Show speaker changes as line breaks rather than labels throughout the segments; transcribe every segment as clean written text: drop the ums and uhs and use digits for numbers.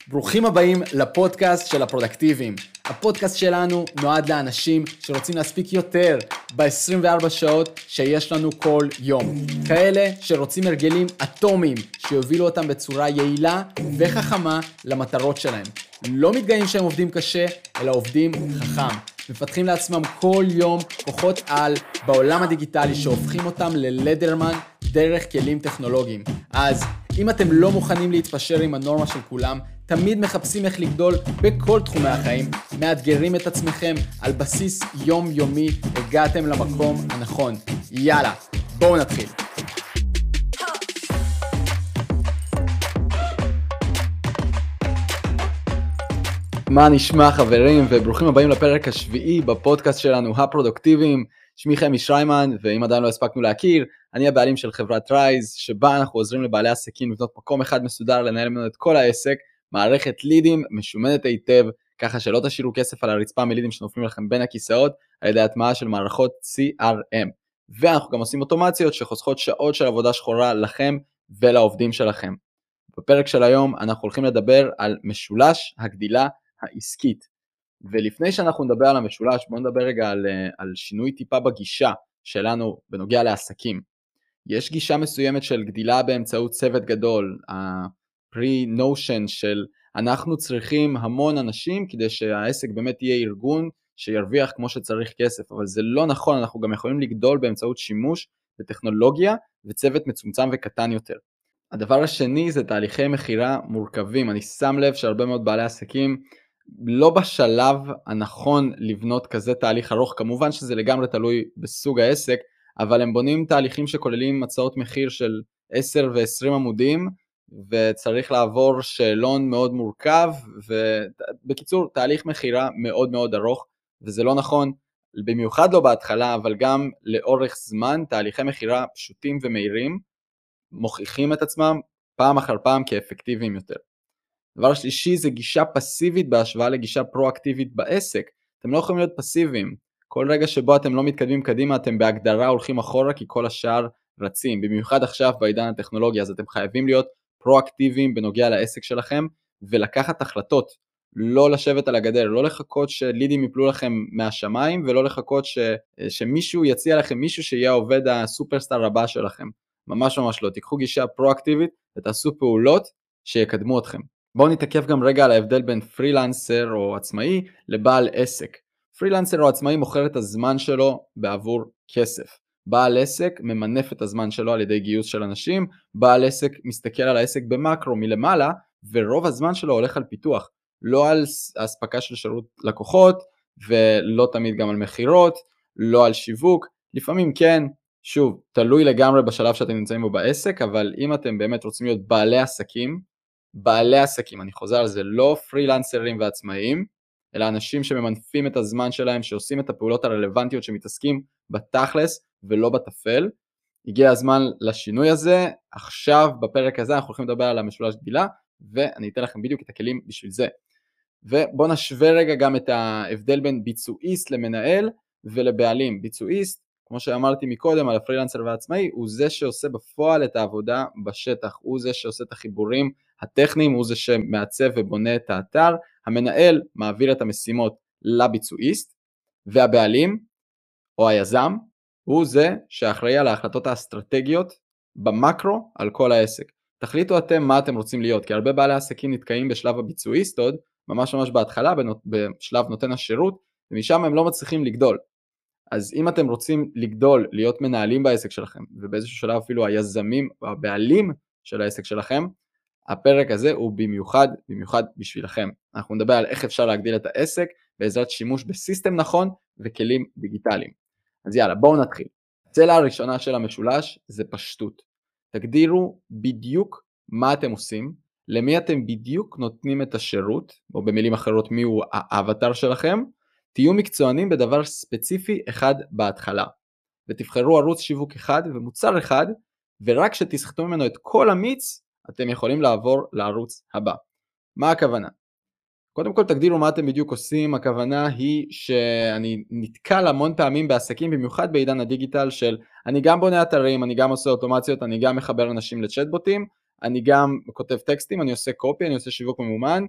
ברוכים הבאים לפודקאסט של הפרודקטיביים. הפודקאסט שלנו נועד לאנשים שרוצים להספיק יותר ב-24 שעות שיש לנו כל יום. כאלה שרוצים הרגלים אטומיים שיובילו אותם בצורה יעילה וחכמה למטרות שלהם. לא מתגאים שהם עובדים קשה, אלא עובדים חכם. מפתחים לעצמם כל יום כוחות על בעולם הדיגיטלי שהופכים אותם ללדרמן דרך כלים טכנולוגיים. אז אם אתם לא מוכנים להתפשר עם הנורמה של כולם, תמיד מחפשים איך לגדול בכל תחומי החיים, מאתגרים את עצמכם על בסיס יומיומי, הגעתם למקום הנכון. יאללה, בואו נתחיל. מה נשמע חברים, וברוכים הבאים לפרק השביעי בפודקאסט שלנו, הפרודוקטיביים. שמי חמי שריימן, ואם עדיין לא הספקנו להכיר, אני הבעלים של חברת רייז, שבה אנחנו עוזרים לבעלי עסקים לבנות מקום אחד מסודר, לנהל ממנו את כל העסק, מערכת לידים משומנת היטב, ככה שלא תשאירו כסף על הרצפה מלידים שנופלים לכם בין הכיסאות, על ידי הטמעה של מערכות CRM. ואנחנו גם עושים אוטומציות שחוסכות שעות של עבודה שחורה לכם ולעובדים שלכם. בפרק של היום אנחנו הולכים לדבר על משולש הגדילה העסקית. ולפני שאנחנו נדבר על המשולש, בואו נדבר רגע על שינוי טיפה בגישה שלנו בנוגע לעסקים. יש גישה מסוימת של גדילה באמצעות צוות גדול, ה-pre-notion של אנחנו צריכים המון אנשים כדי שהעסק באמת יהיה ארגון שירוויח כמו שצריך כסף, אבל זה לא נכון, אנחנו גם יכולים לגדול באמצעות שימוש בטכנולוגיה וצוות מצומצם וקטן יותר. הדבר השני זה תהליכי מחירה מורכבים. אני שם לב שהרבה מאוד בעלי עסקים לא בשלב הנכון לבנות כזה תהליך ארוך, כמובן שזה לגמרי תלוי בסוג העסק, אבל הם בונים תהליכים שכוללים הצעות מחיר של 10 ו-20 עמודים, וצריך לעבור שאלון מאוד מורכב, ובקיצור תהליך מחירה מאוד מאוד ארוך, וזה לא נכון, במיוחד לא בהתחלה, אבל גם לאורך זמן, תהליכי מחירה פשוטים ומהירים, מוכיחים את עצמם פעם אחר פעם כאפקטיביים יותר. דבר שלישי זה גישה פסיבית בהשוואה לגישה פרואקטיבית בעסק. אתם לא יכולים להיות פסיביים. כל רגע שבו אתם לא מתקדמים קדימה, אתם בהגדרה הולכים אחורה כי כל השאר רצים. במיוחד עכשיו בעידן הטכנולוגיה, אז אתם חייבים להיות פרואקטיביים בנוגע לעסק שלכם ולקחת החלטות. לא לשבת על הגדר, לא לחכות שלידים יפלו לכם מהשמיים ולא לחכות שמישהו יציע לכם מישהו שיהיה עובד הסופרסטאר הבא שלכם. ממש ממש לא. תיקחו גישה פרואקטיבית ותעשו פעולות שיקדמו אתכם. בואו נתעכב גם רגע על ההבדל בין פרילנסר או עצמאי לבעל עסק. פרילנסר או עצמאי מוכר את הזמן שלו בעבור כסף. בעל עסק ממנף את הזמן שלו על ידי גיוס של אנשים, בעל עסק מסתכל על העסק במקרו מלמעלה, ורוב הזמן שלו הולך על פיתוח. לא על הספקה של שירות לקוחות, ולא תמיד גם על מחירות, לא על שיווק, לפעמים כן, שוב, תלוי לגמרי בשלב שאתם נמצאים בו בעסק, אבל אם אתם באמת רוצים להיות בעלי עסקים, אני חוזר על זה, לא פרילנסרים ועצמאים, אלא אנשים שממנפים את הזמן שלהם, שעושים את הפעולות הרלוונטיות, שמתעסקים בתכלס ולא בטפל. הגיע הזמן לשינוי הזה. עכשיו בפרק הזה אנחנו הולכים לדבר על המשולש גדילה, ואני אתן לכם בדיוק את הכלים בשביל זה. ובואו נשווה רגע גם את ההבדל בין ביצועיסט למנהל ולבעלים. ביצועיסט, כמו שאמרתי מקודם על הפרילנסר והעצמאי, הוא זה שעושה בפועל את העבודה בשטח, הוא זה שעושה את החיבורים הטכניים, הוא זה שמעצב ובונה את האתר. המנהל מעביר את המשימות לביצועיסט, והבעלים או היזם הוא זה שאחראי על ההחלטות האסטרטגיות במקרו על כל העסק. תחליטו אתם מה אתם רוצים להיות, כי הרבה בעלי עסקים נתקעים בשלב הביצועיסט עוד, ממש בהתחלה בשלב נותן השירות, ומשם הם לא מצליחים לגדול. אז אם אתם רוצים לגדול, להיות מנהלים בעסק שלכם, ובאיזשהו שלב אפילו היזמים או הבעלים של העסק שלכם, הפרק הזה הוא במיוחד בשבילכם. אנחנו נדבר על איך אפשר להגדיל את העסק בעזרת שימוש בסיסטם נכון וכלים דיגיטליים. אז יאללה, בואו נתחיל. הצלע הראשונה של המשולש זה פשטות. תגדירו בדיוק מה אתם עושים, למי אתם בדיוק נותנים את השירות, או במילים אחרות מי הוא האבטר שלכם. תהיו מקצוענים בדבר ספציפי אחד בהתחלה, ותבחרו ערוץ שיווק אחד ומוצר אחד, ורק שתסחטו ממנו את כל המיץ, אתם יכולים לעבור לערוץ הבא. מה הכוונה? קודם כל תגדירו מה אתם בדיוק עושים. הכוונה היא שאני נתקל המון פעמים בעסקים, במיוחד בעידן הדיגיטל, של אני גם בונה אתרים, אני גם עושה אוטומציות, אני גם מחבר אנשים לצ'טבוטים, אני גם כותב טקסטים, אני עושה קופי, אני עושה שיווק ממומן,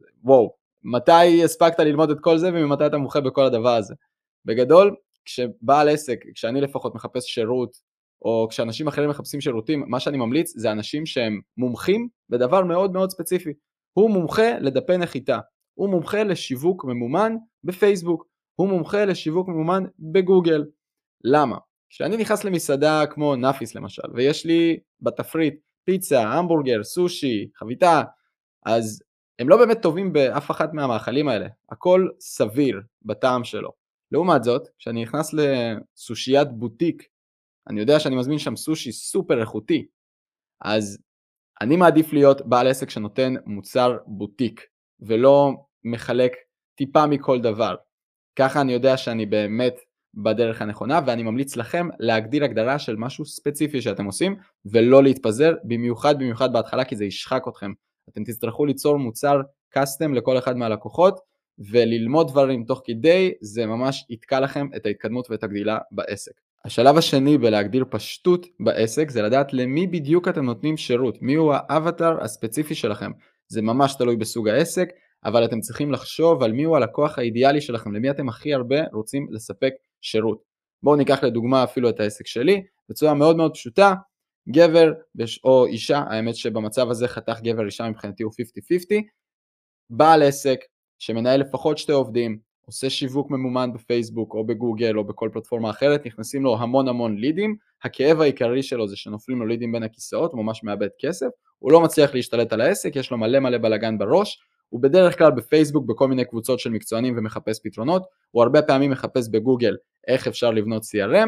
וואו, מתי הספקת ללמוד את כל זה וממתי אתה מומחה בכל הדבר הזה? בגדול, כשבעל עסק, כשאני לפחות מחפש שירות, או כשאנשים אחרים מחפשים שירותים, מה שאני ממליץ זה אנשים שהם מומחים בדבר מאוד מאוד ספציפי. הוא מומחה לדפי נחיתה, הוא מומחה לשיווק ממומן בפייסבוק, הוא מומחה לשיווק ממומן בגוגל. למה? כשאני נכנס למסעדה כמו נאפיס למשל, ויש לי בתפריט פיצה, המבורגר, סושי, חביתה, אז הם לא באמת טובים באף אחת מהמאכלים האלה, הכל סביר בטעם שלו. לעומת זאת, כשאני נכנס לסושיית בוטיק, אני יודע שאני מזמין שם סושי סופר איכותי, אז אני מעדיף להיות בעל עסק שנותן מוצר בוטיק, ולא מחלק טיפה מכל דבר. ככה אני יודע שאני באמת בדרך הנכונה, ואני ממליץ לכם להגדיר הגדרה של משהו ספציפי שאתם עושים, ולא להתפזר, במיוחד בהתחלה, כי זה ישחק אתכם. אתם תצטרכו ליצור מוצר קסטם לכל אחד מהלקוחות, וללמוד דברים תוך כדי, זה ממש יתקע לכם את ההתקדמות ואת הגדילה בעסק. השלב השני בלהגדיר פשטות בעסק, זה לדעת למי בדיוק אתם נותנים שירות, מי הוא האבטר הספציפי שלכם. זה ממש תלוי בסוג העסק, אבל אתם צריכים לחשוב על מי הוא הלקוח האידיאלי שלכם, למי אתם הכי הרבה רוצים לספק שירות. בואו ניקח לדוגמה אפילו את העסק שלי, בצורה מאוד מאוד פשוטה, גבר או אישה, האמת שבמצב הזה חתך גבר אישה מבחינתי הוא 50-50, בעל עסק שמנהל לפחות 2 עובדים, עושה שיווק ממומן בפייסבוק או בגוגל או בכל פלטפורמה אחרת, נכנסים לו המון לידים, הכאב העיקרי שלו זה שנופלים לו לידים בין הכיסאות, הוא ממש מאבד כסף, הוא לא מצליח להשתלט על העסק, יש לו מלא בלגן בראש, הוא בדרך כלל בפייסבוק בכל מיני קבוצות של מקצוענים ומחפש פתרונות, הוא הרבה פעמים מחפש בגוגל איך אפשר לבנות CRM,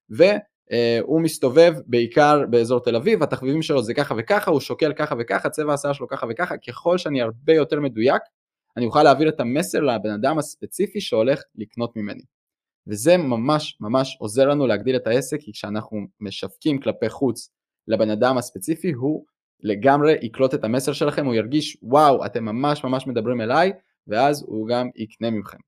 והוא מסתובב בעיקר באזור תל אביב, התחביבים שלו זה ככה וככה, הוא שוקל ככה וככה, צבע השיער שלו ככה וככה, ככל שאני הרבה יותר מדויק, אני אוכל להעביר את המסר לבן אדם הספציפי שהולך לקנות ממני. וזה ממש עוזר לנו להגדיל את העסק, כי כשאנחנו משווקים כלפי חוץ לבן אדם הספציפי, הוא לגמרי יקלוט את המסר שלכם, הוא ירגיש וואו, אתם ממש מדברים אליי, ואז הוא גם יקנה ממכם.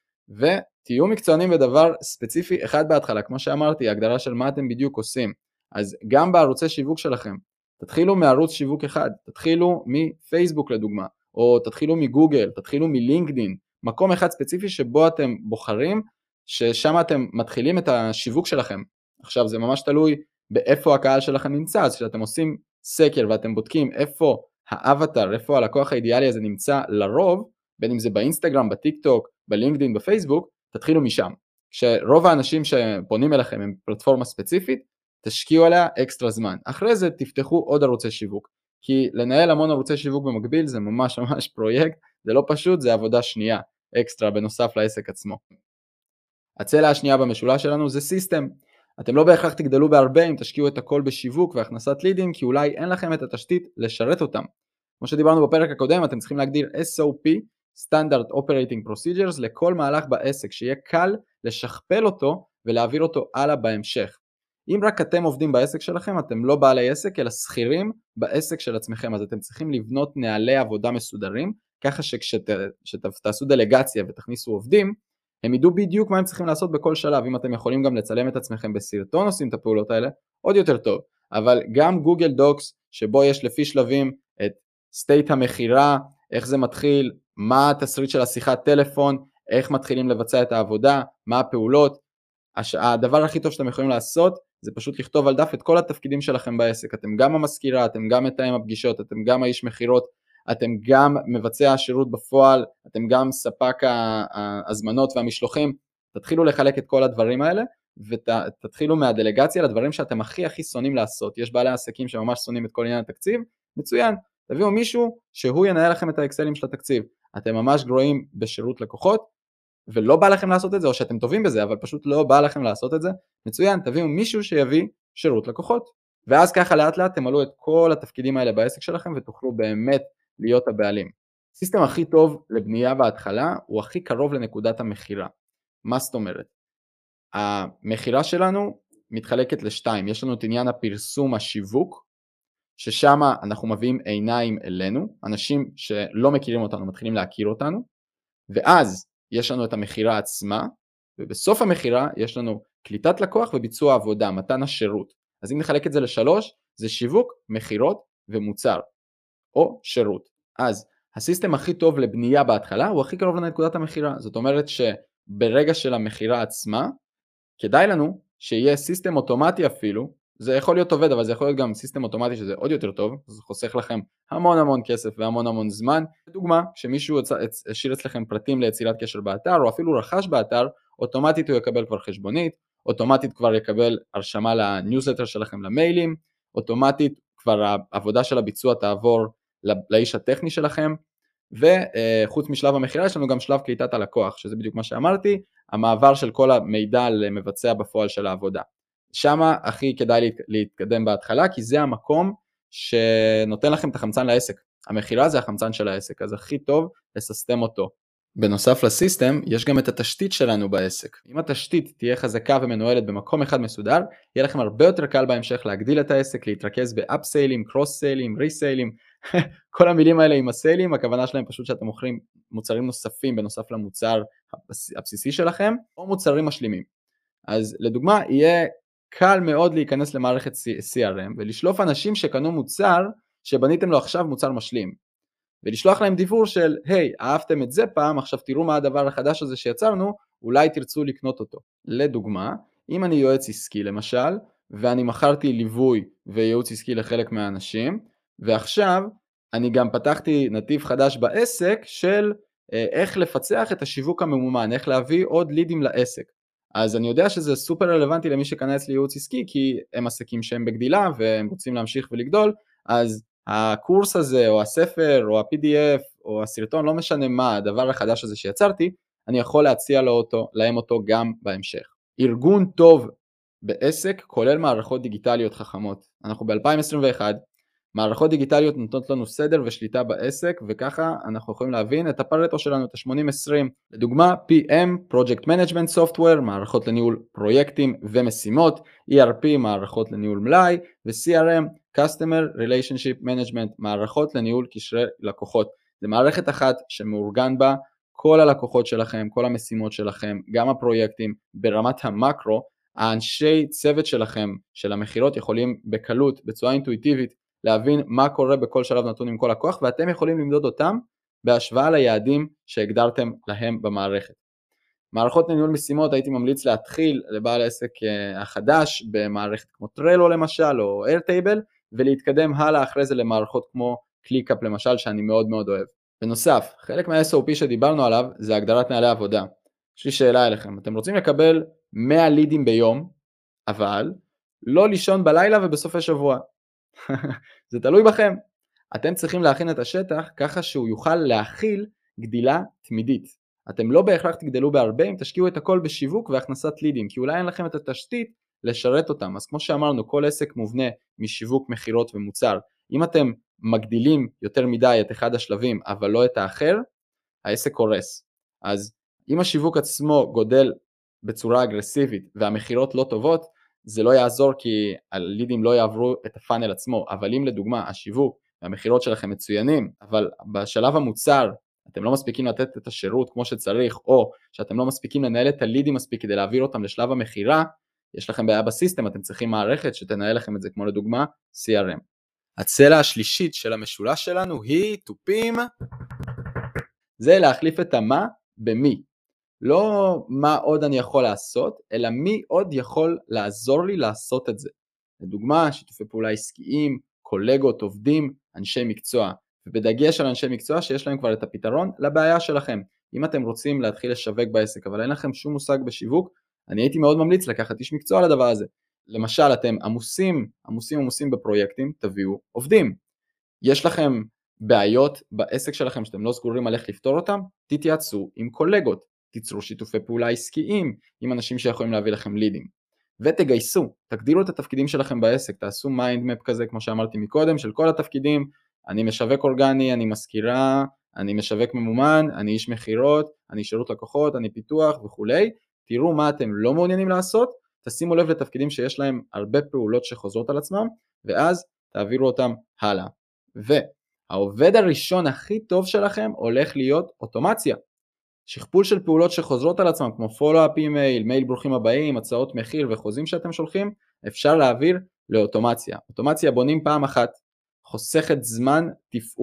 ותהיו מקצוענים בדבר ספציפי אחד בהתחלה, כמו שאמרתי, הגדרה של מה אתם בדיוק עושים. אז גם בערוצי שיווק שלכם, תתחילו מערוץ שיווק אחד, תתחילו מפייסבוק לדוגמה, או תתחילו מגוגל, תתחילו מלינקדין, מקום אחד ספציפי שבו אתם בוחרים, ששם אתם מתחילים את השיווק שלכם. עכשיו זה ממש תלוי באיפה הקהל שלכם נמצא, אז כשאתם עושים סקר ואתם בודקים איפה האבטר, איפה הלקוח האידיאלי הזה נמצא לרוב, בין אם זה באינסטגרם, בטיק טוק, בלינקדין, בפייסבוק, תתחילו משם. כשרוב האנשים שפונים אליכם הם פלטפורמה ספציפית, תשקיעו עליה אקסטרה זמן. אחרי זה תפתחו עוד ערוצי שיווק, כי לנהל המון ערוצי שיווק במקביל זה ממש פרויקט, זה לא פשוט, זה עבודה שנייה, אקסטרה בנוסף לעסק עצמו. הצלע השנייה במשולש שלנו זה סיסטם. אתם לא בהכרח תגדלו בהרבה אם תשקיעו את הכל בשיווק והכנסת לידים, כי אולי אין לכם את התשתית לשרת אותם. כמו שדיברנו בפרק הקודם, אתם צריכים להגדיר SOP, Standard Operating Procedures, לכל מהלך בעסק, שיהיה קל לשכפל אותו ולהעביר אותו הלאה בהמשך. אם רק אתם עובדים בעסק שלכם, אתם לא בעלי עסק, אלא שכירים בעסק של עצמכם, אז אתם צריכים לבנות נהלי עבודה מסודרים, ככה שתעשו דלגציה ותכניסו עובדים, הם ידעו בדיוק מה הם צריכים לעשות בכל שלב. אם אתם יכולים גם לצלם את עצמכם בסרטון עושים את הפעולות האלה, עוד יותר טוב. אבל גם גוגל דוקס, שבו יש לפי שלבים את סטייט המחירה, איך זה מתחיל, מה התסריט של השיחת טלפון, איך מתחילים לבצע את העבודה, מה הפעולות. הדבר הכי טוב שאתם יכולים לעשות, זה פשוט לכתוב על דף את כל התפקידים שלכם בעסק. אתם גם המזכירה, אתם גם מתאם הפגישות, אתם גם האיש מחירות, אתם גם מבצע השירות בפועל, אתם גם ספק ההזמנות והמשלוחים. תתחילו לחלק את כל הדברים האלה, ותתחילו מהדלגציה לדברים שאתם הכי שונאים לעשות. יש בעלי עסקים שממש שונאים את כל עניין התקציב, מצוין, תביאו מישהו שהוא ינהל לכם את האקסלים של התקציב. אתם ממש גרועים בשירות לקוחות, ולא בא לכם לעשות את זה, או שאתם טובים בזה, אבל פשוט לא בא לכם לעשות את זה, מצוין, תביאו מישהו שיביא שירות לקוחות. ואז ככה לאט לאט תמלאו את כל התפקידים האלה בעסק שלכם, ותוכלו באמת להיות הבעלים. הסיסטם הכי טוב לבנייה בהתחלה, הוא הכי קרוב לנקודת המחירה. מה זאת אומרת? המחירה שלנו מתחלקת לשתיים, יש לנו את עניין הפרסום השיווק, ששם אנחנו מביאים עיניים אלינו, אנשים שלא מכירים אותנו מתחילים להכיר אותנו, ואז יש לנו את המחירה עצמה, ובסוף המחירה יש לנו קליטת לקוח וביצוע עבודה, מתן השירות. אז אם נחלק את זה לשלוש, זה שיווק, מחירות ומוצר, או שירות. אז הסיסטם הכי טוב לבנייה בהתחלה הוא הכי קרוב לנקודת המחירה. זאת אומרת שברגע של המחירה עצמה, כדאי לנו שיהיה סיסטם אוטומטי אפילו, זה יכול להיות עובד, אבל זה יכול להיות גם סיסטם אוטומטי שזה עוד יותר טוב, זה חוסך לכם המון כסף והמון זמן. לדוגמה, כשמישהו השאיר אצלכם פרטים ליצירת קשר באתר, או אפילו רכש באתר, אוטומטית הוא יקבל כבר חשבונית, אוטומטית כבר יקבל הרשמה לניוזלטר שלכם למיילים, אוטומטית כבר העבודה של הביצוע תעבור לאיש הטכני שלכם, וחוץ משלב המחירה יש לנו גם שלב קליטת הלקוח, שזה בדיוק מה שאמרתי, המעבר של כל המידע למבצע בפועל של העבודה. שמה הכי כדאי להתקדם בהתחלה, כי זה המקום שנותן לכם את החמצן לעסק. המחירה זה החמצן של העסק, אז הכי טוב לססטם אותו. בנוסף לסיסטם, יש גם את התשתית שלנו בעסק. אם התשתית תהיה חזקה ומנוהלת במקום אחד מסודר, יהיה לכם הרבה יותר קל בהמשך להגדיל את העסק, להתרכז באפסיילים, קרוס-סיילים, ריסיילים, כל המילים האלה עם הסיילים, הכוונה שלהם פשוט שאתם מוכרים מוצרים נוספים בנוסף למוצר הבסיסי שלכם, או מוצרים משלימים. אז לדוגמה, יהיה קל מאוד להיכנס למערכת CRM, ולשלוף אנשים שקנו מוצר, שבניתם לו עכשיו מוצר משלים. ולשלוח להם דיוור של, היי, אהבתם את זה פעם, עכשיו תראו מה הדבר החדש הזה שיצרנו, אולי תרצו לקנות אותו. לדוגמה, אם אני יועץ עסקי למשל, ואני מכרתי ליווי וייעוץ עסקי לחלק מהאנשים, ועכשיו אני גם פתחתי נתיב חדש בעסק של איך לפצח את השיווק הממומן, איך להביא עוד לידים לעסק. אז אני יודע שזה סופר רלוונטי למי שקנה אצלי ייעוץ עסקי, כי הם עסקים שהם בגדילה והם רוצים להמשיך ולגדול, אז הקורס הזה או הספר או ה-PDF או הסרטון, לא משנה מה, הדבר החדש הזה שיצרתי, אני יכול להציע להם אותו גם בהמשך. ארגון טוב בעסק כולל מערכות דיגיטליות חכמות. אנחנו ב-2021, מערכות דיגיטליות נותנות לנו סדר ושליטה בעסק, וככה אנחנו יכולים להבין את הפרטו שלנו, את ה-80-20. לדוגמה, PM, Project Management Software, מערכות לניהול פרויקטים ומשימות, ERP, מערכות לניהול מלאי, ו-CRM, Customer Relationship Management, מערכות לניהול קשרי לקוחות. זה מערכת אחת שמאורגן בה כל הלקוחות שלכם, כל המשימות שלכם, גם הפרויקטים, ברמת המקרו, האנשי צוות שלכם, של המחירות, יכולים בקלות, בצורה אינטואיטיבית, להבין מה קורה בכל שלב נתון עם כל הכוח, ואתם יכולים למדוד אותם בהשוואה ליעדים שהגדרתם להם במערכת. מערכות לניהול משימות, הייתי ממליץ להתחיל לבעל העסק החדש במערכת כמו טרלו למשל, או איירטייבל, ולהתקדם הלאה אחרי זה למערכות כמו קליקאפ למשל, שאני מאוד אוהב. בנוסף, חלק מה-SOP שדיברנו עליו, זה הגדרת נהלי עבודה. יש לי שאלה אליכם, אתם רוצים לקבל 100 לידים ביום, אבל לא לישון בלילה ובסופי שבוע. זה תלוי בכם. אתם צריכים להכין את השטח ככה שהוא יוכל להכיל גדילה תמידית. אתם לא בהכרח תגדלו בהרבה אם תשקיעו את הכל בשיווק והכנסת לידים, כי אולי אין לכם את התשתית לשרת אותם. אז כמו שאמרנו, כל עסק מובנה משיווק, מחירות ומוצר. אם אתם מגדילים יותר מדי את אחד השלבים אבל לא את האחר, העסק קורס. אז אם השיווק עצמו גודל בצורה אגרסיבית והמחירות לא טובות, זה לא יעזור כי הלידים לא יעברו את הפאנל עצמו. אבל אם לדוגמה השיווק והמחירות שלכם מצוינים, אבל בשלב המוצר אתם לא מספיקים לתת את השירות כמו שצריך, או שאתם לא מספיקים לנהל את הלידים מספיק כדי להעביר אותם לשלב המחירה, יש לכם בעיה בסיסטם, אתם צריכים מערכת שתנהל לכם את זה, כמו לדוגמה CRM. הצלע השלישית של המשולש שלנו היא תופים, זה להחליף את המה במי. לא מה עוד אני יכול לעשות, אלא מי עוד יכול לעזור לי לעשות את זה. לדוגמה, שיתופי פעולה עסקיים, קולגות, עובדים, אנשי מקצוע. ובדגש על אנשי מקצוע שיש להם כבר את הפתרון לבעיה שלכם. אם אתם רוצים להתחיל לשווק בעסק, אבל אין לכם שום מושג בשיווק, אני הייתי מאוד ממליץ לקחת איש מקצוע לדבר הזה. למשל, אתם עמוסים בפרויקטים, תביאו עובדים. יש לכם בעיות בעסק שלכם שאתם לא סגורים על איך לפתור אותם, תתייעצו עם קולגות, תיצרו שיתופי פעולה עסקיים עם אנשים שיכולים להביא לכם לידים. ותגייסו, תגדירו את התפקידים שלכם בעסק, תעשו מיינד מפ כזה כמו שאמרתי מקודם, של כל התפקידים, אני משווק אורגני, אני מזכירה, אני משווק ממומן, אני איש מחירות, אני שירות לקוחות, אני פיתוח וכולי. תראו מה אתם לא מעוניינים לעשות, תשימו לב לתפקידים שיש להם הרבה פעולות שחוזרות על עצמם, ואז תעבירו אותם הלאה. והעובד הראשון הכי טוב שלכם הולך להיות אוטומציה. שכפול של פעולות שחוזרות על עצמם, כמו פולו-אפ אימייל, מייל ברוכים הבאים, הצעות מחיר וחוזים שאתם שולחים, אפשר להעביר לאוטומציה. אוטומציה בונים פעם אחת, חוסכת זמן תפעול,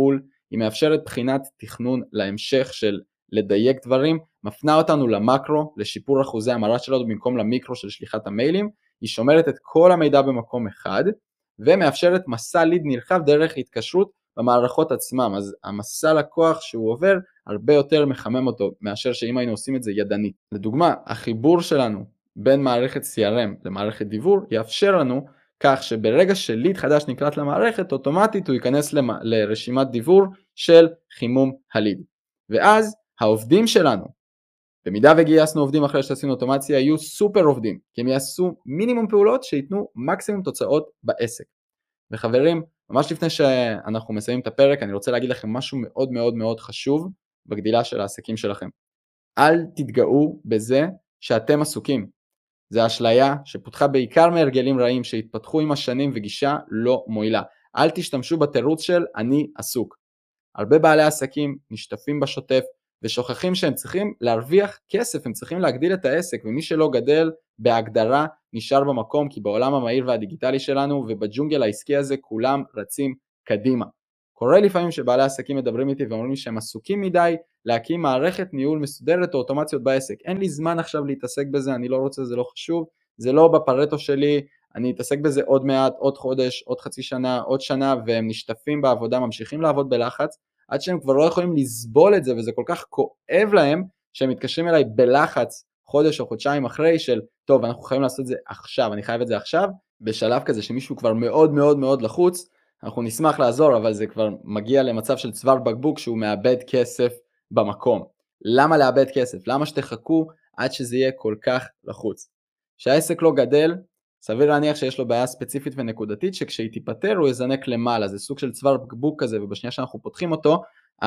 היא מאפשרת בחינת תכנון להמשך של לדייק דברים, מפנה אותנו למקרו, לשיפור אחוזי המרה שלנו במקום למיקרו של שליחת המיילים, היא שומרת את כל המידע במקום אחד, ומאפשרת מסע ליד נרחב דרך התקשרות במערכות עצמם, אז המסע לקוח שהוא עובר הרבה יותר מחמם אותו, מאשר שאם היינו עושים את זה ידנית. לדוגמה, החיבור שלנו בין מערכת CRM למערכת דיוור, יאפשר לנו כך שברגע שליד חדש נקלט למערכת, אוטומטית הוא ייכנס לרשימת דיוור של חימום הליד. ואז העובדים שלנו, במידה וגייסנו עובדים אחרי שעשינו אוטומציה, יהיו סופר עובדים, כי הם יעשו מינימום פעולות שיתנו מקסימום תוצאות בעסק. וחברים, ממש לפני שאנחנו מסיימים את הפרק, אני רוצה להגיד לכם משהו מאוד מאוד מאוד חשוב בגדילה של העסקים שלכם. אל תתגאו בזה שאתם עסוקים. זה אשליה שפותחה בעיקר מהרגלים רעים שהתפתחו עם השנים וגישה לא מועילה. אל תשתמשו בתירוץ של אני עסוק. הרבה בעלי עסקים נשטפים בשוטף ושוכחים שהם צריכים להרוויח כסף, הם צריכים להגדיל את העסק, ומי שלא גדל בהגדרה נשאר במקום, כי בעולם המהיר והדיגיטלי שלנו ובג'ונגל העסקי הזה כולם רצים קדימה. קורה לפעמים שבעלי עסקים מדברים איתי ואומרים לי שהם עסוקים מדי להקים מערכת ניהול מסודרת או אוטומציות בעסק. אין לי זמן עכשיו להתעסק בזה, אני לא רוצה, זה לא חשוב, זה לא בפרטו שלי, אני אתעסק בזה עוד מעט, עוד חודש, עוד חצי שנה, עוד שנה, והם נשטפים בעבודה, ממשיכים לעבוד בלחץ, עד שהם כבר לא יכולים לסבול את זה, וזה כל כך כואב להם, שהם מתקשרים אליי בלחץ חודש או חודשיים אחרי של, טוב, אנחנו חייבים לעשות את זה עכשיו, אני חייב את זה עכשיו, בשלב כזה שמישהו כבר מאוד מאוד מאוד לחוץ, אנחנו נשמח לעזור, אבל זה כבר מגיע למצב של צוואר בקבוק שהוא מאבד כסף במקום. למה לאבד כסף? למה שתחכו עד שזה יהיה כל כך לחוץ? שהעסק לא גדל, סביר להניח שיש לו בעיה ספציפית ונקודתית, שכשהיא תיפטר הוא יזנק למעלה, זה סוג של צוואר בקבוק כזה, ובשנייה שאנחנו פותחים אותו,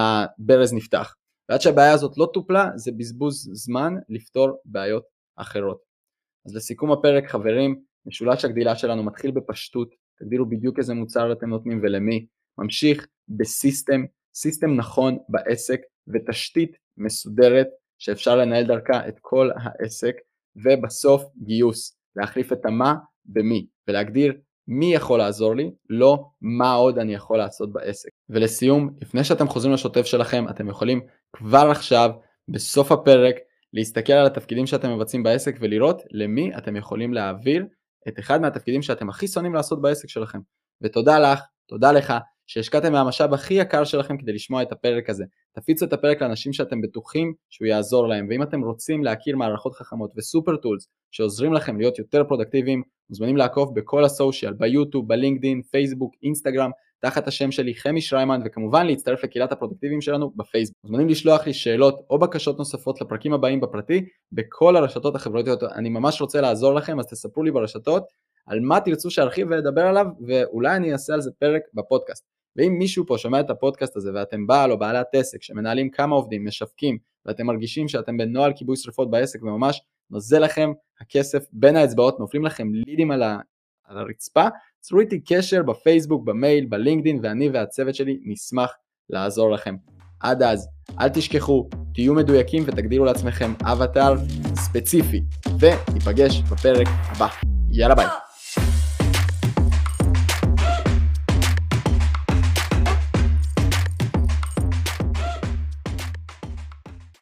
הברז נפתח. ועד שהבעיה הזאת לא טופלה, זה בזבוז זמן לפתור בעיות אחרות. אז לסיכום הפרק, חברים, משולש הגדילה שלנו מתחיל בפשטות, תגדילו בדיוק איזה מוצר אתם נותנים ולמי, ממשיך סיסטם נכון בעסק, ותשתית מסודרת שאפשר לנהל דרכה את כל העסק, ובסוף גיוס, להחליף את המה במי, ולהגדיר מי יכול לעזור לי, לא מה עוד אני יכול לעשות בעסק. ולסיום, לפני שאתם חוזרים לשוטף שלכם, אתם יכולים כבר עכשיו, בסוף הפרק, להסתכל על התפקידים שאתם מבצעים בעסק, ולראות למי אתם יכולים להעביר את אחד מהתפקידים שאתם הכי שונאים לעשות בעסק שלכם. ותודה לך, תודה לך, שהשקעתם מהמשאב הכי יקר שלכם כדי לשמוע את הפרק הזה. תפיצו את הפרק לאנשים שאתם בטוחים שהוא יעזור להם, ואם אתם רוצים להכיר מערכות חכמות וסופר טולס שעוזרים לכם להיות יותר פרודקטיביים, מוזמנים לעקוב בכל הסושיאל, ביוטיוב, בלינקדין, פייסבוק, אינסטגרם, תחת השם שלי חמי שריימן, וכמובן להצטרף לקהילת הפרודקטיביים שלנו בפייסבוק. מוזמנים לשלוח לי שאלות או בקשות נוספות לפרקים הבאים בפרטי, בכל הרשתות החברתיות. אני ממש רוצה לעזור לכם, אז תספרו לי ברשתות על מה תרצו שארחיב ולדבר עליו, ואולי אני אעשה על זה פרק בפודקאסט. ואם מישהו פה שומע את הפודקאסט הזה, ואתם בעל או בעלת עסק שמנהלים כמה עובדים, משווקים, ואתם מרגישים שאתם בנוהל כיבוי שריפות בעסק, וממש נוזל לכם הכסף בין האצבעות, נופלים לכם לידים על הרצפה, צרו איתי קשר בפייסבוק, במייל, בלינקדין, ואני והצוות שלי נשמח לעזור לכם. עד אז, אל תשכחו, תהיו מדויקים ותגדירו לעצמכם אבטר ספציפי, וניפגש בפרק הבא. יאללה ביי.